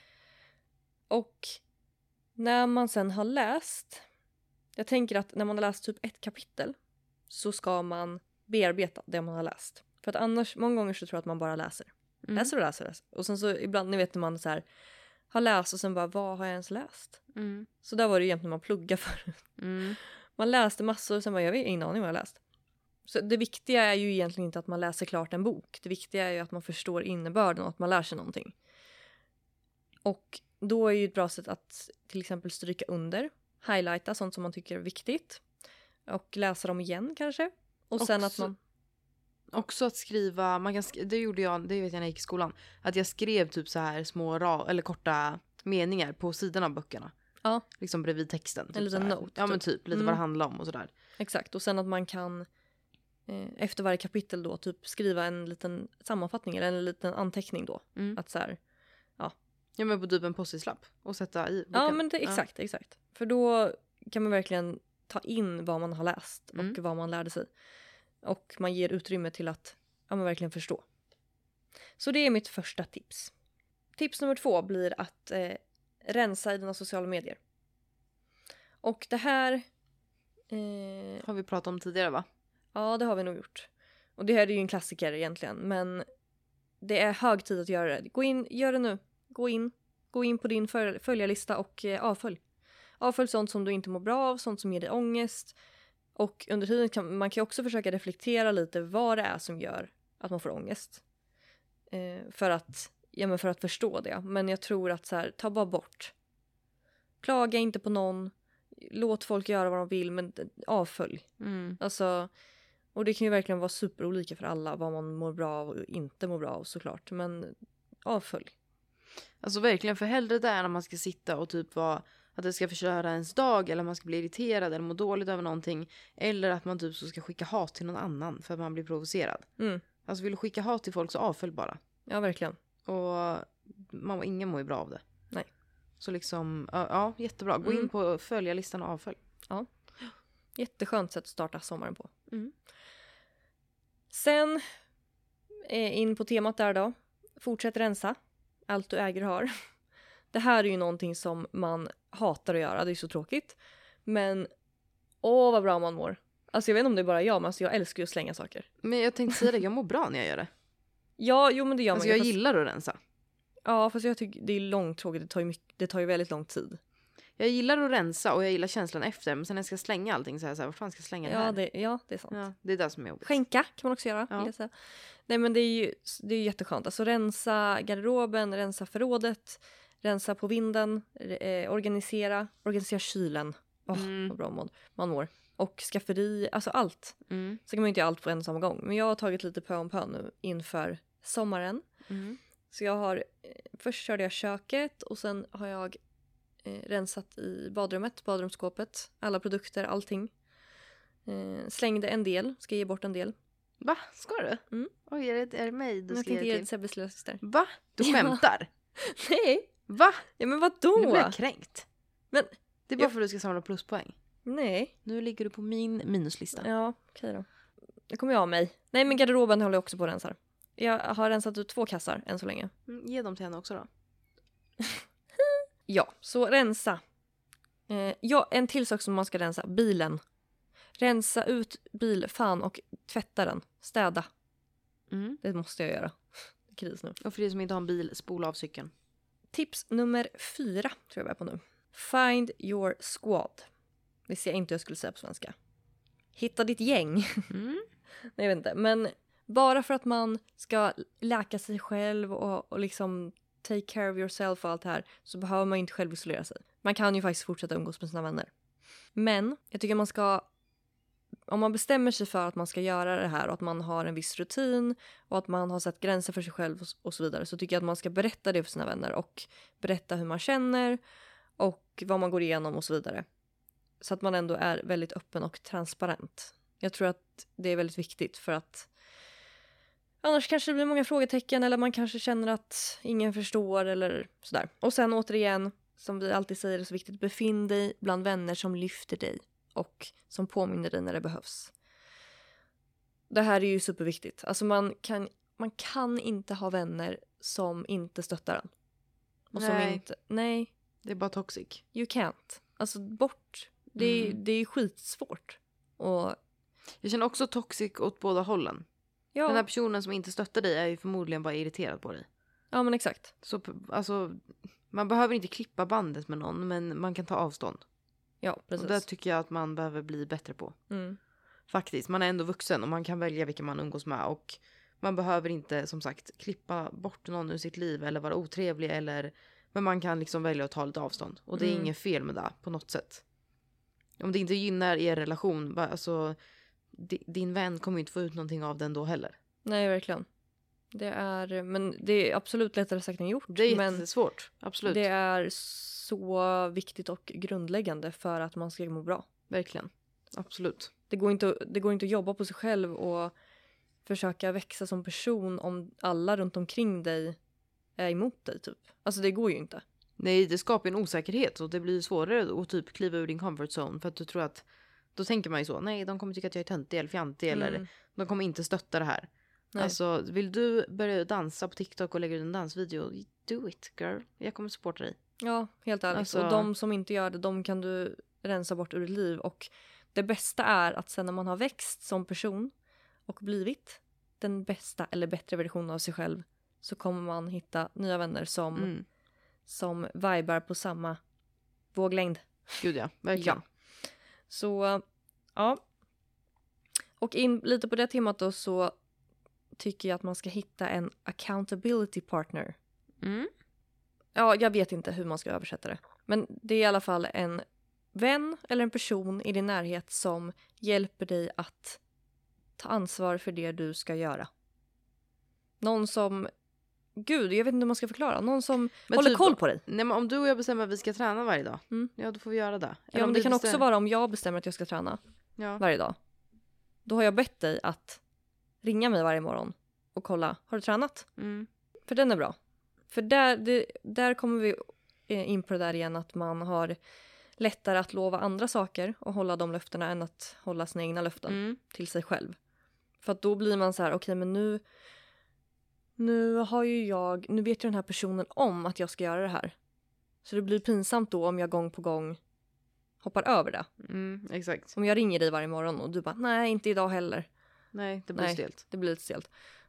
Speaker 2: Och när man sen har läst, jag tänker att när man har läst typ ett kapitel så ska man bearbeta det man har läst. För att annars, många gånger så tror jag att man bara läser. Läser. Och sen så ibland, ni vet när man så här har läst och sen bara, vad har jag ens läst? Så där var det ju egentligen när man pluggar förut. Man läste massor och sen bara, jag vet ingen aning vad jag läst. Så det viktiga är ju egentligen inte att man läser klart en bok. Det viktiga är ju att man förstår innebörden och att man lär sig någonting. Och då är ju ett bra sätt att till exempel stryka under, highlighta sånt som man tycker är viktigt. Och läsa dem igen kanske. Och sen att man...
Speaker 3: Också att skriva, det gjorde jag, det vet jag när jag gick i skolan. Att jag skrev typ så här små eller korta meningar på sidan av böckerna.
Speaker 2: Ja.
Speaker 3: Liksom bredvid texten. Typ
Speaker 2: en liten note.
Speaker 3: Ja men typ, lite vad det handlar om och sådär.
Speaker 2: Exakt, och sen att man kan efter varje kapitel då typ skriva en liten sammanfattning eller en liten anteckning då. Att så här,
Speaker 3: ja men på typ en post-it-lapp och sätta i boken.
Speaker 2: Ja men det, exakt. För då kan man verkligen ta in vad man har läst och vad man lärde sig. Och man ger utrymme till att man verkligen förstå. Så det är mitt första tips. Tips nummer 2 blir att rensa i dina sociala medier. Och det här...
Speaker 3: har vi pratat om tidigare va?
Speaker 2: Ja, det har vi nog gjort. Och det här är ju en klassiker egentligen. Men det är hög tid att göra det. Gå in, gör det nu. Gå in på din följarlista och avfölj. Avfölj sånt som du inte mår bra av, sånt som ger dig ångest. Och under tiden kan man också försöka reflektera lite vad det är som gör att man får ångest. För att förstå det. Men jag tror att så här, ta bara bort. Klaga inte på någon. Låt folk göra vad de vill, men avfölj. Alltså, och det kan ju verkligen vara superolika för alla vad man mår bra av och inte mår bra av såklart. Men avfölj.
Speaker 3: Alltså verkligen, för hellre där när man ska sitta och typ vara att det ska förstöra ens dag eller man ska bli irriterad eller må dåligt över någonting. Eller att man typ så ska skicka hat till någon annan för att man blir provocerad. Alltså vill du skicka hat till folk så avfölj bara.
Speaker 2: Ja, verkligen.
Speaker 3: Och ingen mår ju bra av det.
Speaker 2: Nej.
Speaker 3: Så liksom, ja jättebra. Gå in på följarlistan och avfölj.
Speaker 2: Ja. Jätteskönt sätt att starta sommaren på.
Speaker 3: Mm.
Speaker 2: Sen in på temat där då. Fortsätt rensa. Allt du äger och har. Det här är ju någonting som man hatar att göra. Det är så tråkigt. Men vad bra man mår. Alltså jag vet inte om det är bara jag, men alltså jag älskar ju att slänga saker.
Speaker 3: Men jag tänkte säga det, jag mår bra när jag gör det.
Speaker 2: Ja, jo men det gör
Speaker 3: Alltså
Speaker 2: man ju.
Speaker 3: jag gillar att rensa.
Speaker 2: Ja, fast jag tycker det är långtråkigt. Det tar ju väldigt lång tid.
Speaker 3: Jag gillar att rensa och jag gillar känslan efter. Men sen när jag ska slänga allting så är jag såhär, vad fan ska jag slänga det här?
Speaker 2: Det är sant.
Speaker 3: Ja, det är det som är jobbigt.
Speaker 2: Skänka kan man också göra.
Speaker 3: Ja.
Speaker 2: Vill jag säga. Nej men det är ju jätteskönt. Alltså rensa garderoben, rensa förrådet, rensa på vinden, organisera kylen. Vad bra man mår. Och skafferi, alltså allt.
Speaker 3: Mm.
Speaker 2: Så kan man ju inte göra allt på en samma gång. Men jag har tagit lite pö om pö nu inför sommaren.
Speaker 3: Mm.
Speaker 2: Så jag har, först körde jag köket och sen har jag rensat i badrumsskåpet, alla produkter, allting. Slängde en del, ska ge bort en del.
Speaker 3: Va? Ska du?
Speaker 2: Mm.
Speaker 3: Oj, är det mig du
Speaker 2: Jag
Speaker 3: ska
Speaker 2: tänkte ge
Speaker 3: ge
Speaker 2: det
Speaker 3: till?
Speaker 2: till Sebbes lilla syster.
Speaker 3: Va? Du skämtar?
Speaker 2: Nej!
Speaker 3: Va?
Speaker 2: Ja men
Speaker 3: Nu blir
Speaker 2: vadå?
Speaker 3: jag kränkt.
Speaker 2: Men
Speaker 3: Det är bara för att du ska samla pluspoäng.
Speaker 2: nej.
Speaker 3: Nu ligger du på min minuslista.
Speaker 2: Ja, okej då. Det kommer jag av mig. Nej men garderoben håller jag också på att rensa. Jag har rensat ut 2 kassar än så länge.
Speaker 3: Ge dem till henne också då.
Speaker 2: Ja, så rensa. Ja, en till sak som man ska rensa. Bilen. Rensa ut bilfan och tvätta den. Städa.
Speaker 3: Mm.
Speaker 2: Det måste jag göra. Det är kris nu.
Speaker 3: Och för er som inte har en bil, spola av cykeln.
Speaker 2: Tips nummer 4 tror jag är på nu. Find your squad. Det ser jag inte hur jag skulle säga på svenska. Hitta ditt gäng.
Speaker 3: Mm.
Speaker 2: Nej, jag vet inte. Men bara för att man ska läka sig själv och liksom take care of yourself och allt det här så behöver man ju inte själv isolera sig. Man kan ju faktiskt fortsätta umgås med sina vänner. Men jag tycker man ska, om man bestämmer sig för att man ska göra det här och att man har en viss rutin och att man har satt gränser för sig själv och så vidare, så tycker jag att man ska berätta det för sina vänner och berätta hur man känner och vad man går igenom och så vidare. Så att man ändå är väldigt öppen och transparent. Jag tror att det är väldigt viktigt för att annars kanske det blir många frågetecken eller man kanske känner att ingen förstår eller sådär. Och sen återigen, som vi alltid säger är så viktigt, befinn dig bland vänner som lyfter dig och som påminner dig när det behövs. Det här är ju superviktigt. Alltså man kan inte ha vänner som inte stöttar en. Och som inte, nej.
Speaker 3: Det är bara toxic.
Speaker 2: You can't. Alltså bort. Det är skitsvårt. Och
Speaker 3: Jag känner också toxic åt båda hållen.
Speaker 2: ja.
Speaker 3: Den här personen som inte stöttar dig är ju förmodligen bara irriterad på dig.
Speaker 2: Ja men exakt.
Speaker 3: Så alltså, man behöver inte klippa bandet med någon, men man kan ta avstånd.
Speaker 2: Ja precis.
Speaker 3: Och det tycker jag att man behöver bli bättre på.
Speaker 2: Mm.
Speaker 3: Faktiskt, man är ändå vuxen och man kan välja vilka man umgås med. Och man behöver inte, som sagt, klippa bort någon ur sitt liv eller vara otrevlig. Men man kan liksom välja att ta lite avstånd. Och det är inget fel med det på något sätt. Om det inte gynnar er relation, alltså, din vän kommer ju inte få ut någonting av den då heller.
Speaker 2: Nej verkligen. Men det är absolut lättare sagt än gjort.
Speaker 3: Det är
Speaker 2: men
Speaker 3: jättesvårt, absolut.
Speaker 2: det är så viktigt och grundläggande för att man ska må bra.
Speaker 3: Verkligen, absolut.
Speaker 2: Det går inte att jobba på sig själv och försöka växa som person om alla runt omkring dig är emot dig typ. Alltså det går ju inte.
Speaker 3: Nej, det skapar en osäkerhet och det blir svårare att typ kliva ur din comfort zone för att du tror att då tänker man ju så, nej de kommer tycka att jag är töntig eller fjantig eller de kommer inte stötta det här. Nej. Alltså vill du börja dansa på TikTok och lägga ut en dansvideo, do it girl, jag kommer supporta dig.
Speaker 2: Ja, helt ärligt.
Speaker 3: Alltså,
Speaker 2: och de som inte gör det, de kan du rensa bort ur ditt liv. Och det bästa är att sen när man har växt som person och blivit den bästa eller bättre versionen av sig själv, så kommer man hitta nya vänner som vibar på samma våglängd.
Speaker 3: Gud ja, verkligen.
Speaker 2: Ja. Så, ja. Och in lite på det temat då, så tycker jag att man ska hitta en accountability partner.
Speaker 3: Mm.
Speaker 2: Ja, jag vet inte hur man ska översätta det. Men det är i alla fall en vän eller en person i din närhet som hjälper dig att ta ansvar för det du ska göra. Någon som, gud, jag vet inte hur man ska förklara. Någon som håller
Speaker 3: typ,
Speaker 2: koll på dig.
Speaker 3: Nej, men om du och jag bestämmer att vi ska träna varje dag, ja då får vi göra det.
Speaker 2: Ja, men det kan också vara om jag bestämmer att jag ska träna varje dag. Då har jag bett dig att ringa mig varje morgon och kolla, har du tränat? För den är bra. För där kommer vi in på det där igen, att man har lättare att lova andra saker och hålla de löftena än att hålla sina egna löften till sig själv. För att då blir man så här, okej, men nu vet ju den här personen om att jag ska göra det här. Så det blir pinsamt då om jag gång på gång hoppar över det.
Speaker 3: Exakt.
Speaker 2: Om jag ringer dig varje morgon och du bara, nej, inte idag heller.
Speaker 3: Nej, det blir stelt.
Speaker 2: Det blir lite stelt.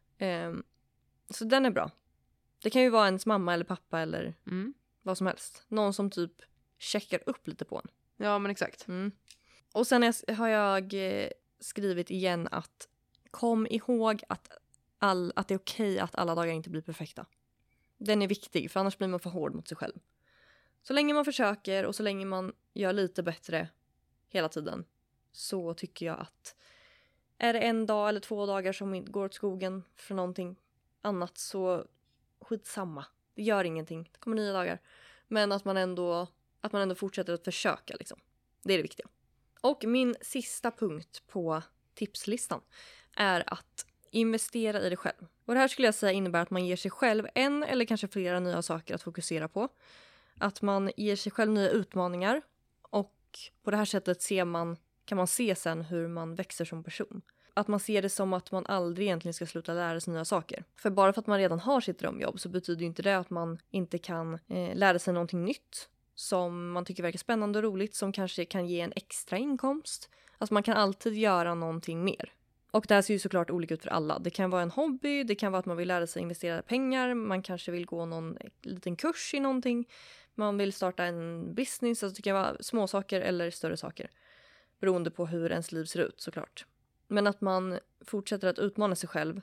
Speaker 2: Så den är bra. Det kan ju vara ens mamma eller pappa eller vad som helst. Någon som typ checkar upp lite på en.
Speaker 3: Ja, men exakt.
Speaker 2: Och sen har jag skrivit igen att kom ihåg att det är okej att alla dagar inte blir perfekta. Den är viktig, för annars blir man för hård mot sig själv. Så länge man försöker och så länge man gör lite bättre hela tiden, så tycker jag att är det 1 dag eller 2 dagar som går åt skogen för någonting annat, så skitsamma. Det gör ingenting. Det kommer 9 dagar. Men att man ändå fortsätter att försöka liksom. Det är det viktiga. Och min sista punkt på tipslistan är att investera i dig själv. Och det här skulle jag säga innebär att man ger sig själv 1 eller kanske flera nya saker att fokusera på. Att man ger sig själv nya utmaningar. Och på det här sättet kan man se sen hur man växer som person. Att man ser det som att man aldrig egentligen ska sluta lära sig nya saker. För bara för att man redan har sitt drömjobb så betyder ju inte det att man inte kan lära sig någonting nytt som man tycker verkar spännande och roligt, som kanske kan ge en extra inkomst. Alltså man kan alltid göra någonting mer. Och det här ser ju såklart olika ut för alla. Det kan vara en hobby, det kan vara att man vill lära sig investera pengar, man kanske vill gå någon liten kurs i någonting, man vill starta en business, alltså det kan vara små saker eller större saker. Beroende på hur ens liv ser ut såklart. Men att man fortsätter att utmana sig själv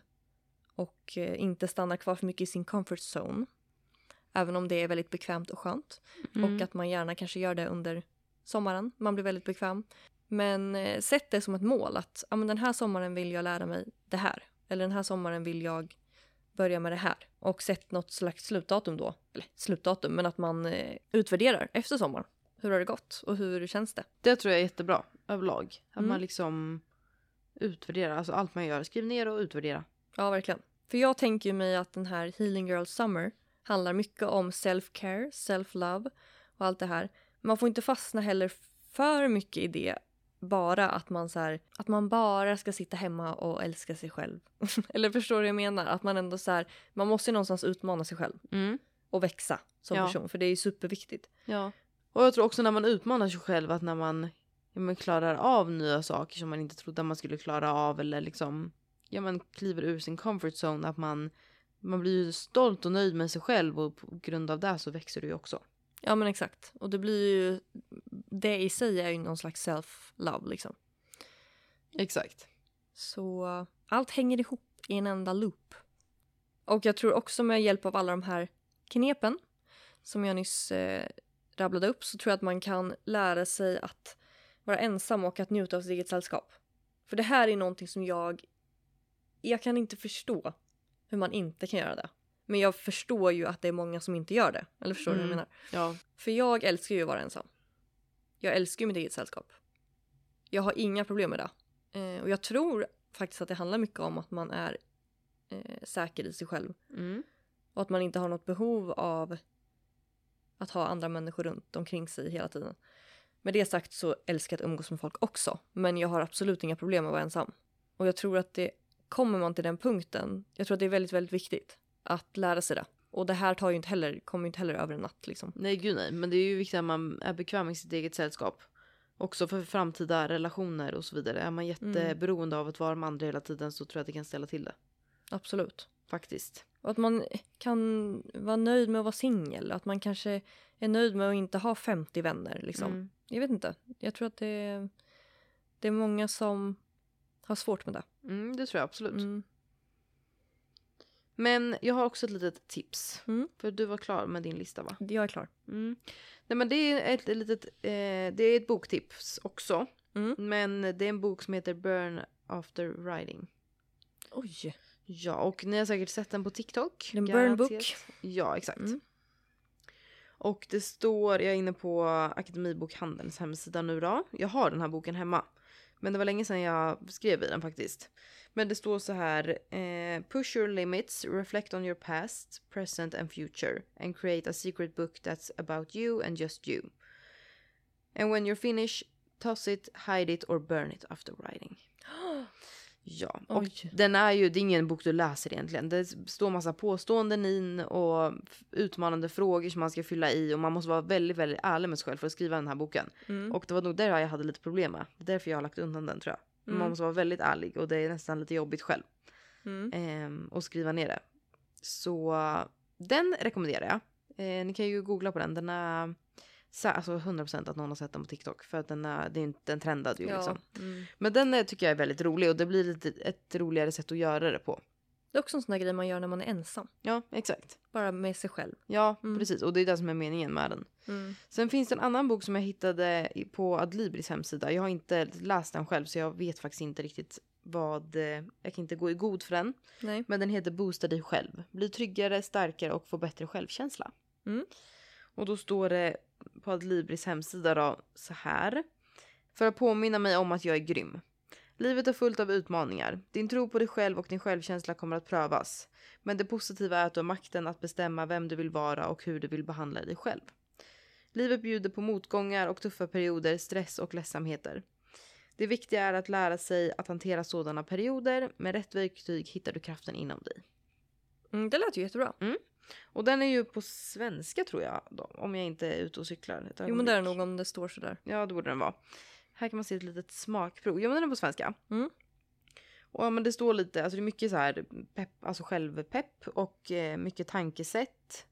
Speaker 2: och inte stannar kvar för mycket i sin comfort zone. Även om det är väldigt bekvämt och skönt. Och att man gärna kanske gör det under sommaren. Man blir väldigt bekväm. Men sätt det som ett mål att men den här sommaren vill jag lära mig det här. Eller den här sommaren vill jag börja med det här. Och sätt något slags slutdatum då. Eller slutdatum, men att man utvärderar efter sommaren. Hur har det gått och hur känns det?
Speaker 3: Det tror jag är jättebra överlag. Att man liksom utvärderar. Alltså allt man gör. Skriv ner och utvärdera.
Speaker 2: Ja, verkligen. För jag tänker ju mig att den här Healing Girl Summer handlar mycket om self-care, self-love och allt det här. Man får inte fastna heller för mycket i det. Bara att man bara ska sitta hemma och älska sig själv. Eller förstår du vad jag menar? Att man ändå man måste någonstans utmana sig själv. Och växa som person. För det är ju superviktigt.
Speaker 3: Ja. Och jag tror också när man utmanar sig själv att när man klarar av nya saker som man inte trodde man skulle klara av. Eller liksom, man kliver ur sin comfort zone. Att man blir ju stolt och nöjd med sig själv. Och på grund av det så växer du ju också.
Speaker 2: Ja, men exakt. Och det blir ju, det i sig är ju någon slags self-love liksom.
Speaker 3: Exakt.
Speaker 2: Så allt hänger ihop i en enda loop. Och jag tror också med hjälp av alla de här knepen som jag nyss rabblade upp, så tror jag att man kan lära sig att vara ensam och att njuta av sitt eget sällskap. För det här är någonting som jag kan inte förstå hur man inte kan göra det. Men jag förstår ju att det är många som inte gör det. Eller förstår du vad jag menar?
Speaker 3: Ja.
Speaker 2: För jag älskar ju att vara ensam. Jag älskar ju mitt eget sällskap. Jag har inga problem med det. Och jag tror faktiskt att det handlar mycket om att man är säker i sig själv. Och att man inte har något behov av att ha andra människor runt omkring sig hela tiden. Med det sagt så älskar jag att umgås med folk också. Men jag har absolut inga problem med att vara ensam. Och jag tror att kommer man till den punkten, jag tror att det är väldigt, väldigt viktigt att lära sig det. Och det här kommer ju inte heller över en natt liksom.
Speaker 3: Nej, gud nej. Men det är ju viktigt att man är bekväm i sitt eget sällskap. Också för framtida relationer och så vidare. Är man jätteberoende av att vara med andra hela tiden så tror jag att det kan ställa till det.
Speaker 2: Absolut.
Speaker 3: Faktiskt.
Speaker 2: Och att man kan vara nöjd med att vara singel. Att man kanske är nöjd med att inte ha 50 vänner liksom. Jag vet inte. Jag tror att det är många som har svårt med det.
Speaker 3: Det tror jag absolut. Men jag har också ett litet tips. För du var klar med din lista, va?
Speaker 2: Jag är klar.
Speaker 3: Nej, men det är ett boktips också. Men det är en bok som heter Burn After Writing.
Speaker 2: Oj.
Speaker 3: Ja, och ni har säkert sett den på TikTok.
Speaker 2: En burn book.
Speaker 3: Ja, exakt. Och det står, jag är inne på Akademibokhandelns hemsida nu då. Jag har den här boken hemma. Men det var länge sedan jag skrev i den faktiskt. Men det står så här: push your limits, reflect on your past, present and future and create a secret book that's about you and just you. And when you're finished, toss it, hide it or burn it after writing. Ja, och den är ju, det är ingen bok du läser egentligen. Det står massa påståenden in och utmanande frågor som man ska fylla i. Och man måste vara väldigt, väldigt ärlig med sig själv för att skriva den här boken. Och det var nog där jag hade lite problem med. Det är därför jag har lagt undan den, tror jag. Man måste vara väldigt ärlig och det är nästan lite jobbigt själv. Och skriva ner det. Så den rekommenderar jag. Ni kan ju googla på den. Den är alltså 100% att någon har sett den på TikTok. För att den trendade ju liksom. Men den tycker jag är väldigt rolig. Och det blir lite ett roligare sätt att göra det på.
Speaker 2: Det är också en sån där grej man gör när man är ensam.
Speaker 3: Ja, exakt.
Speaker 2: Bara med sig själv.
Speaker 3: Ja, precis. Och det är det som är meningen med den. Sen finns det en annan bok som jag hittade på Adlibris hemsida. Jag har inte läst den själv så jag vet faktiskt inte riktigt jag kan inte gå i god för den.
Speaker 2: Nej.
Speaker 3: Men den heter Boosta dig själv. Bli tryggare, starkare och få bättre självkänsla. Och då står det på Adlibris hemsida då så här. För att påminna mig om att jag är grym. Livet är fullt av utmaningar. Din tro på dig själv och din självkänsla kommer att prövas. Men det positiva är att du har makten att bestämma vem du vill vara och hur du vill behandla dig själv. Livet bjuder på motgångar och tuffa perioder, stress och ledsamheter. Det viktiga är att lära sig att hantera sådana perioder. Med rätt verktyg hittar du kraften inom dig.
Speaker 2: Det lät ju jättebra.
Speaker 3: Och den är ju på svenska tror jag. Då, om jag inte är ute och cyklar.
Speaker 2: Jo men det är nog om det står sådär.
Speaker 3: Ja, det borde den vara. Här kan man se ett litet smakprov. Jo men den är på svenska. Och ja, men det står lite, alltså det är mycket så här pepp, alltså självpepp och mycket tankesätt.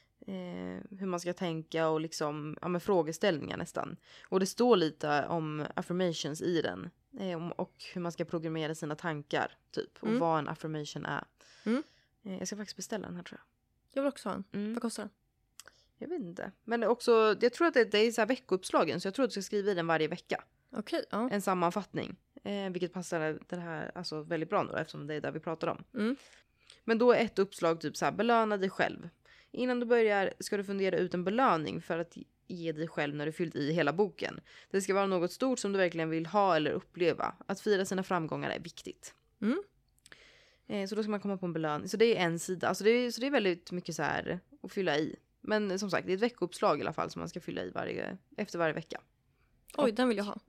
Speaker 3: Hur man ska tänka och liksom, ja men frågeställningar nästan. Och det står lite om affirmations i den. Och hur man ska programmera sina tankar typ. Och vad en affirmation är. Jag ska faktiskt beställa den här tror jag.
Speaker 2: Jag vill också ha en. Vad kostar den?
Speaker 3: Jag vet inte. Men också, jag tror att det är så här veckouppslagen. Så jag tror att du ska skriva i den varje vecka.
Speaker 2: Okej, ja.
Speaker 3: En sammanfattning. Vilket passar det här alltså väldigt bra nu då, eftersom det är där vi pratar om. Men då är ett uppslag typ så här, belöna dig själv. Innan du börjar ska du fundera ut en belöning för att ge dig själv när du fyllt i hela boken. Det ska vara något stort som du verkligen vill ha eller uppleva. Att fira sina framgångar är viktigt. Så då ska man komma på en belöning. Så det är en sida. Alltså det är väldigt mycket så här att fylla i. Men som sagt, det är ett veckouppslag i alla fall som man ska fylla i efter varje vecka.
Speaker 2: Oj, den vill jag ha.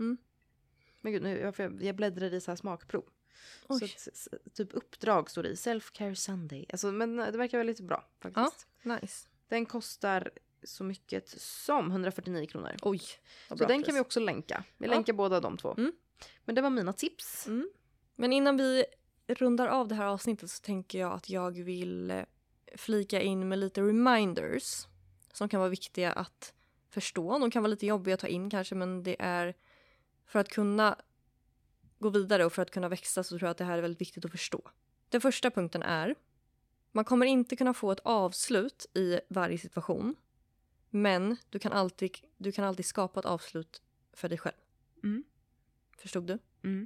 Speaker 3: Men gud, nu, jag bläddrar i så här smakprov. Så typ uppdrag står det i. Self-care Sunday. Alltså, men det verkar väldigt bra faktiskt.
Speaker 2: Ja, nice.
Speaker 3: Den kostar så mycket som 149 kronor.
Speaker 2: Oj,
Speaker 3: så den kan vi också länka. Vi länkar båda de två. Men det var mina tips.
Speaker 2: Men innan vi rundar av det här avsnittet så tänker jag att jag vill flika in med lite reminders som kan vara viktiga att förstå. De kan vara lite jobbiga att ta in kanske, men det är för att kunna gå vidare och för att kunna växa så tror jag att det här är väldigt viktigt att förstå. Den första punkten är man kommer inte kunna få ett avslut i varje situation, men du kan alltid skapa ett avslut för dig själv. Förstod du?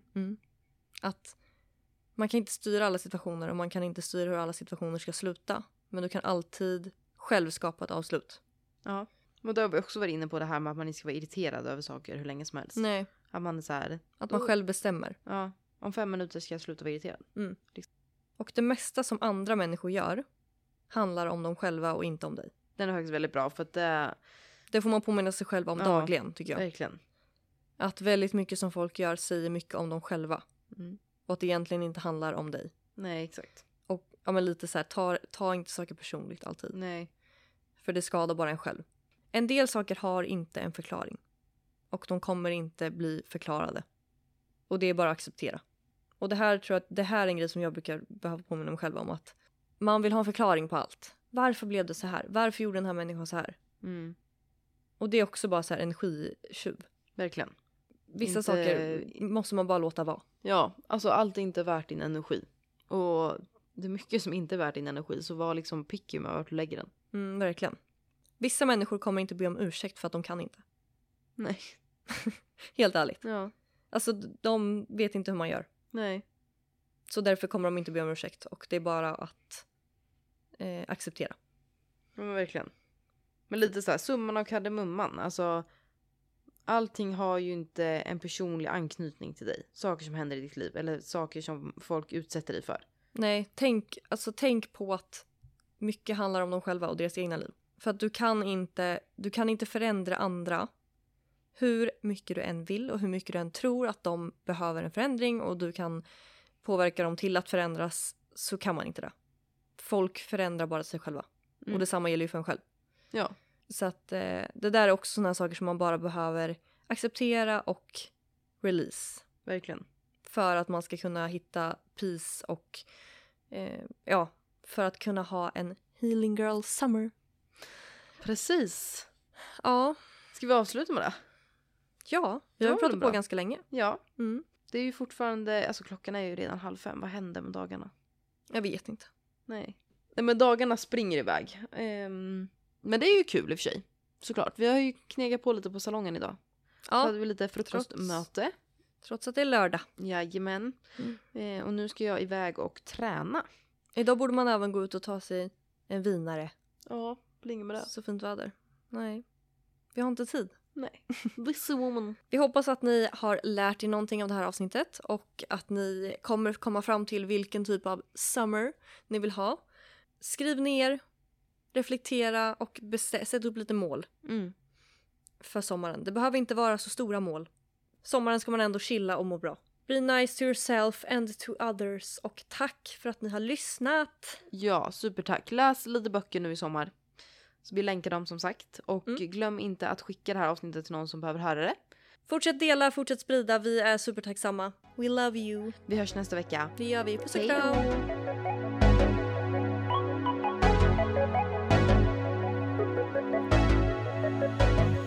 Speaker 2: Att man kan inte styra alla situationer och man kan inte styra hur alla situationer ska sluta. Men du kan alltid själv skapa ett avslut.
Speaker 3: Ja, men då har vi också varit inne på det här med att man inte ska vara irriterad över saker hur länge som helst.
Speaker 2: Nej.
Speaker 3: Att man är så här,
Speaker 2: att man själv bestämmer.
Speaker 3: Ja, om 5 minuter ska jag sluta vara irriterad. Liksom.
Speaker 2: Och det mesta som andra människor gör handlar om dem själva och inte om dig.
Speaker 3: Den är faktiskt väldigt bra för att
Speaker 2: det får man påminna sig själv om dagligen tycker jag.
Speaker 3: Verkligen.
Speaker 2: Att väldigt mycket som folk gör säger mycket om dem själva. Och att det egentligen inte handlar om dig.
Speaker 3: Nej, exakt.
Speaker 2: Och ja, men lite så här, ta inte saker personligt alltid.
Speaker 3: Nej.
Speaker 2: För det skadar bara en själv. En del saker har inte en förklaring. Och de kommer inte bli förklarade. Och det är bara att acceptera. Och det här tror jag att det här är en grej som jag brukar behöva påminna mig själv om. Att man vill ha en förklaring på allt. Varför blev det så här? Varför gjorde den här människan så här? Och det är också bara så här energitjuv.
Speaker 3: Verkligen.
Speaker 2: Vissa saker måste man bara låta vara.
Speaker 3: Ja, alltså allt är inte värt din energi. Och det är mycket som inte är värt din energi. Så var liksom picky med vart du lägger den.
Speaker 2: Verkligen. Vissa människor kommer inte be om ursäkt för att de kan inte.
Speaker 3: Nej.
Speaker 2: Helt ärligt.
Speaker 3: Ja.
Speaker 2: Alltså de vet inte hur man gör.
Speaker 3: Nej.
Speaker 2: Så därför kommer de inte be om ursäkt. Och det är bara att acceptera.
Speaker 3: Ja, men verkligen. Men lite så här, summan av kardemumman. Alltså, allting har ju inte en personlig anknytning till dig. Saker som händer i ditt liv. Eller saker som folk utsätter dig för.
Speaker 2: Nej, tänk på att mycket handlar om dem själva och deras egna liv. För att du kan inte förändra andra. Hur mycket du än vill och hur mycket du än tror att de behöver en förändring och du kan påverka dem till att förändras, så kan man inte det. Folk förändrar bara sig själva. Och detsamma gäller ju för en själv.
Speaker 3: Ja.
Speaker 2: Så att det där är också såna saker som man bara behöver acceptera och release.
Speaker 3: Verkligen.
Speaker 2: För att man ska kunna hitta peace och för att kunna ha en healing girl summer.
Speaker 3: Precis.
Speaker 2: Ja.
Speaker 3: Ska vi avsluta med det?
Speaker 2: Ja, vi har pratat på ganska länge.
Speaker 3: Ja. Det är ju fortfarande, alltså klockan är ju redan 4:30. Vad händer med dagarna?
Speaker 2: Jag vet inte.
Speaker 3: Nej, men dagarna springer iväg. Men det är ju kul i och för sig. Såklart. Vi har ju knegat på lite på salongen idag.
Speaker 2: Ja.
Speaker 3: Så hade vi lite frukostmöte.
Speaker 2: Trots att det är lördag.
Speaker 3: Jajamän. Och nu ska jag iväg och träna.
Speaker 2: Idag borde man även gå ut och ta sig en vinare.
Speaker 3: Ja, blir med det.
Speaker 2: Så fint väder. Nej, vi har inte tid.
Speaker 3: Nej, this woman.
Speaker 2: Vi hoppas att ni har lärt er någonting av det här avsnittet och att ni kommer komma fram till vilken typ av summer ni vill ha. Skriv ner, reflektera och sätt upp lite mål för sommaren. Det behöver inte vara så stora mål. Sommaren ska man ändå chilla och må bra. Be nice to yourself and to others. Och tack för att ni har lyssnat.
Speaker 3: Ja, supertack. Läs lite böcker nu i sommar. Så vi länkar dem som sagt. Och glöm inte att skicka det här avsnittet till någon som behöver höra det.
Speaker 2: Fortsätt dela, fortsätt sprida. Vi är supertacksamma. We love you.
Speaker 3: Vi hörs nästa vecka.
Speaker 2: Det gör vi. Puss och
Speaker 3: Hej
Speaker 2: kram.
Speaker 3: då.